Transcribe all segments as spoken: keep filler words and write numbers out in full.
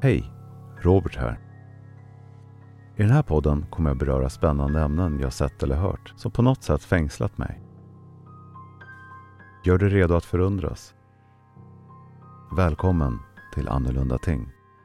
Hej, Robert här. I den här podden kommer jag beröra spännande ämnen jag sett eller hört som på något sätt fängslat mig. Gör dig redo att förundras. Välkommen till Annorlunda ting.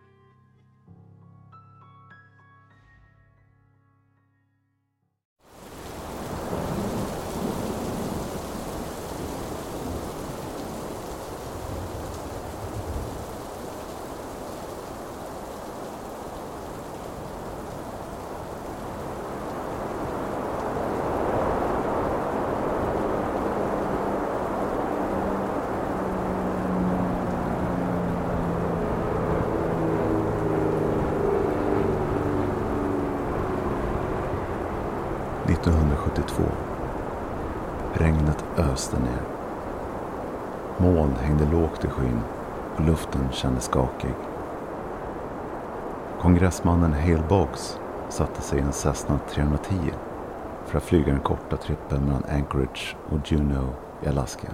nittonhundrasjuttiotvå. Regnet öste ner. Moln hängde lågt i skyn och luften kändes skakig. Kongressmannen Hale Boggs satte sig i en Cessna trehundratio för att flyga den korta trippen mellan Anchorage och Juneau i Alaska.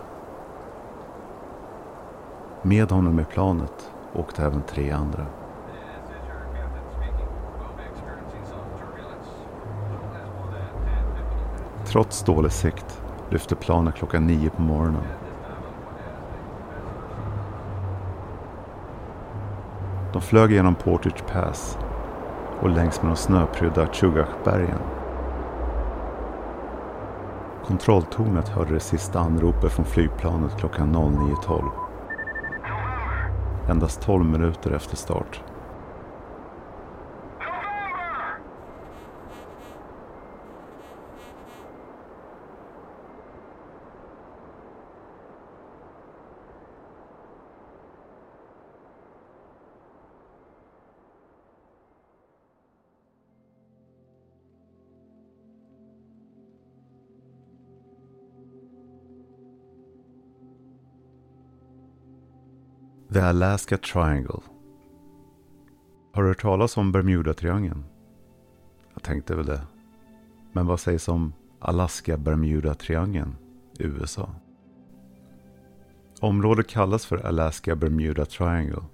Med honom i planet åkte även tre andra. Trots dålig sikt lyfte planet klockan nio på morgonen. De flög genom Portage Pass och längs med de snöprydda Chugach-bergen. Kontrolltornet hörde det sista anropet från flygplanet klockan nio tolv. Endast tolv minuter efter start. The Alaska Triangle. Har du hört talas om Bermuda-triangeln? Jag tänkte väl det. Men vad sägs om Alaska-Bermuda-triangeln i U S A? Området kallas för Alaska-Bermuda Triangle.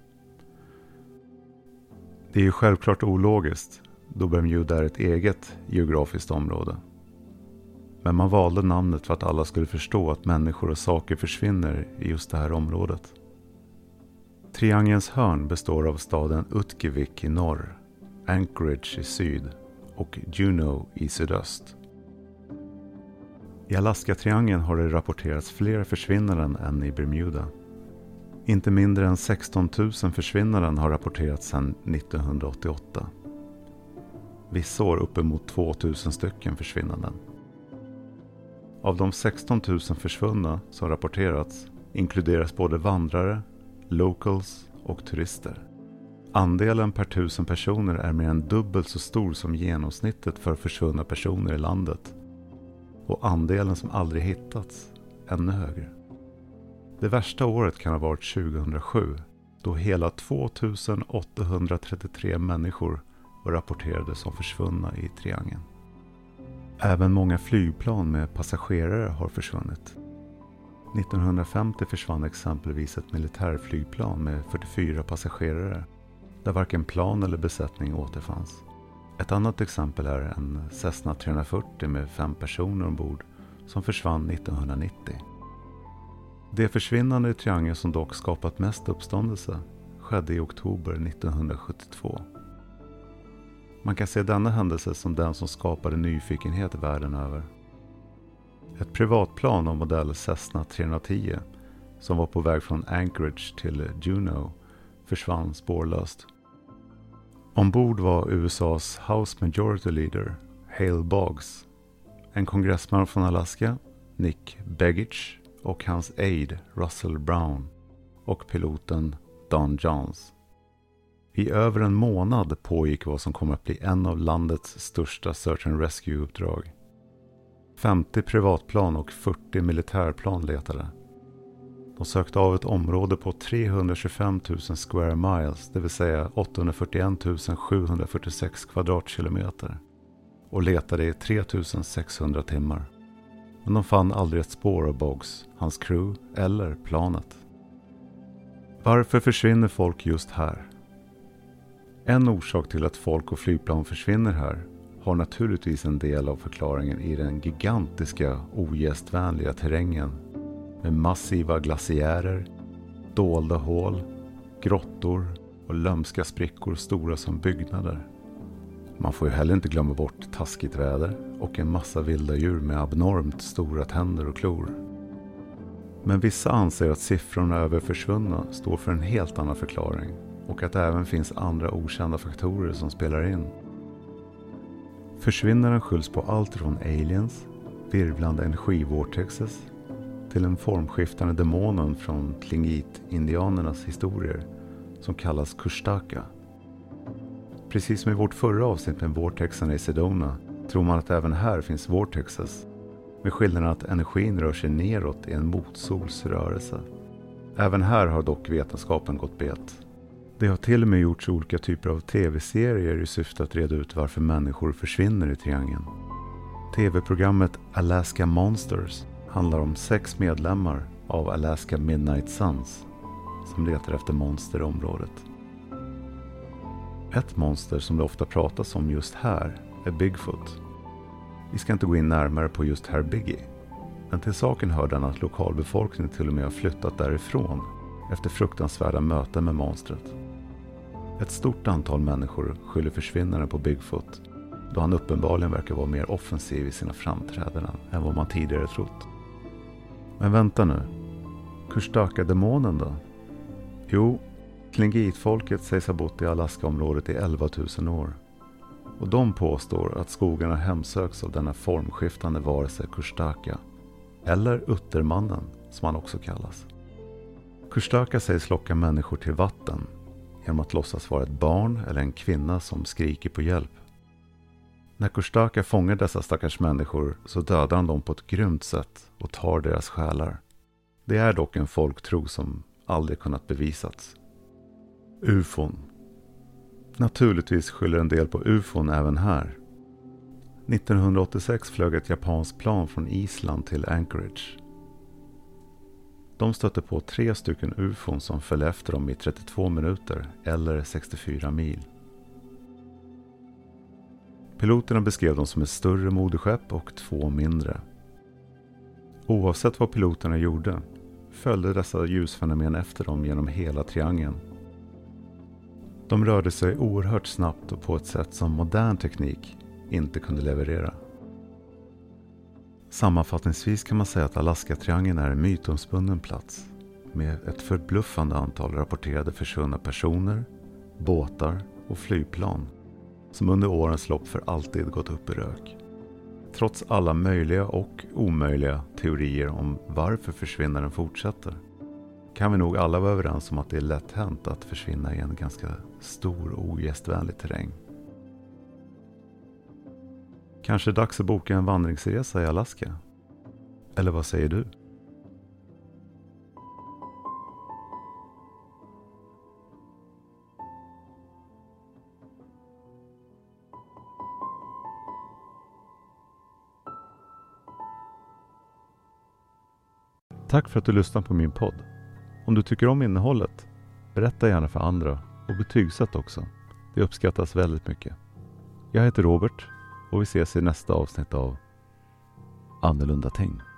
Det är ju självklart ologiskt då Bermuda är ett eget geografiskt område. Men man valde namnet för att alla skulle förstå att människor och saker försvinner i just det här området. Triangelns hörn består av staden Utqiagvik i norr, Anchorage i syd och Juneau i sydöst. I Alaska-triangeln har det rapporterats fler försvinnanden än i Bermuda. Inte mindre än sexton tusen försvinnanden har rapporterats sedan nittonhundraåttioåtta. Vissa år uppemot två tusen stycken försvinnanden. Av de sexton tusen försvunna som rapporterats inkluderas både vandrare, locals och turister. Andelen per tusen personer är mer än dubbelt så stor som genomsnittet för försvunna personer i landet. Och andelen som aldrig hittats ännu högre. Det värsta året kan ha varit tjugohundrasju då hela tvåtusen åttahundratrettiotre människor var rapporterade som försvunna i triangeln. Även många flygplan med passagerare har försvunnit. nittonhundrafemtio försvann exempelvis ett militärflygplan med fyrtiofyra passagerare där varken plan eller besättning återfanns. Ett annat exempel är en Cessna trehundrafyrtio med fem personer ombord som försvann nittonhundranittio. Det försvinnande i triangeln som dock skapat mest uppståndelse skedde i oktober nittonhundrasjuttiotvå. Man kan se denna händelse som den som skapade nyfikenhet världen över. Ett privatplan av modell Cessna trehundratio som var på väg från Anchorage till Juneau försvann spårlöst. Ombord var U S A:s House Majority Leader Hale Boggs, en kongressman från Alaska, Nick Begich, och hans aide Russell Brown och piloten Don Johns. I över en månad pågick vad som kommer att bli en av landets största search and rescue-uppdrag. femtio privatplan och fyrtio militärplan letade. De sökte av ett område på trehundratjugofem tusen square miles, det vill säga åttahundrafyrtioett tusen sjuhundrafyrtiosex kvadratkilometer, och letade i tre tusen sexhundra timmar. Men de fann aldrig ett spår av Boggs, hans crew eller planet. Varför försvinner folk just här? En orsak till att folk och flygplan försvinner här har naturligtvis en del av förklaringen i den gigantiska ogästvänliga terrängen med massiva glaciärer, dolda hål, grottor och lömska sprickor stora som byggnader. Man får ju heller inte glömma bort taskigt väder och en massa vilda djur med abnormt stora tänder och klor. Men vissa anser att siffrorna över försvunna står för en helt annan förklaring och att det även finns andra okända faktorer som spelar in. Försvinnaren skylls på allt från aliens, virvlande energivortexes till den formskiftande demonen från Tlingit-indianernas historier som kallas Kushtaka. Precis som i vårt förra avsnitt med vortexarna i Sedona tror man att även här finns vortexes, med skillnaden att energin rör sig neråt i en motsolsrörelse. Även här har dock vetenskapen gått bet. Det har till och med gjorts olika typer av tv-serier i syfte att reda ut varför människor försvinner i triangeln. Tv-programmet Alaska Monsters handlar om sex medlemmar av Alaska Midnight Suns som letar efter monster i området. Ett monster som det ofta pratas om just här är Bigfoot. Vi ska inte gå in närmare på just Herr Biggie, men till saken hör den att lokalbefolkningen till och med har flyttat därifrån efter fruktansvärda möten med monstret. Ett stort antal människor skyller försvinnaren på Bigfoot, då han uppenbarligen verkar vara mer offensiv i sina framträdanden än vad man tidigare trott. Men vänta nu, Kushtaka-demonen då? Jo, Tlingit-folket sägs ha bott i Alaska-området i elva tusen år. Och de påstår att skogarna hemsöks av denna formskiftande varelse Kushtaka, eller Uttermannen som han också kallas. Kushtaka sägs locka människor till vatten genom att låtsas vara ett barn eller en kvinna som skriker på hjälp. När Kushtaka fångar dessa stackars människor så dödar han dem på ett grymt sätt och tar deras själar. Det är dock en folktro som aldrig kunnat bevisats. U F O N. Naturligtvis skyller en del på U F O N även här. nittonhundraåttiosex flög ett japanskt plan från Island till Anchorage. De stötte på tre stycken U F O N som följde efter dem i trettiotvå minuter eller sextiofyra mil. Piloterna beskrev dem som ett större moderskepp och två mindre. Oavsett vad piloterna gjorde följde dessa ljusfenomen efter dem genom hela triangeln. De rörde sig oerhört snabbt och på ett sätt som modern teknik inte kunde leverera. Sammanfattningsvis kan man säga att Alaska-triangeln är en mytomspunnen plats med ett förbluffande antal rapporterade försvunna personer, båtar och flygplan som under årens lopp för alltid gått upp i rök. Trots alla möjliga och omöjliga teorier om varför försvinnaren fortsätter kan vi nog alla vara överens om att det är lätt hänt att försvinna i en ganska stor och ogästvänlig terräng. Kanske dags att boka en vandringsresa i Alaska? Eller vad säger du? Tack för att du lyssnar på min podd. Om du tycker om innehållet, berätta gärna för andra och betygsätt också. Det uppskattas väldigt mycket. Jag heter Robert och vi ses i nästa avsnitt av Annorlunda ting.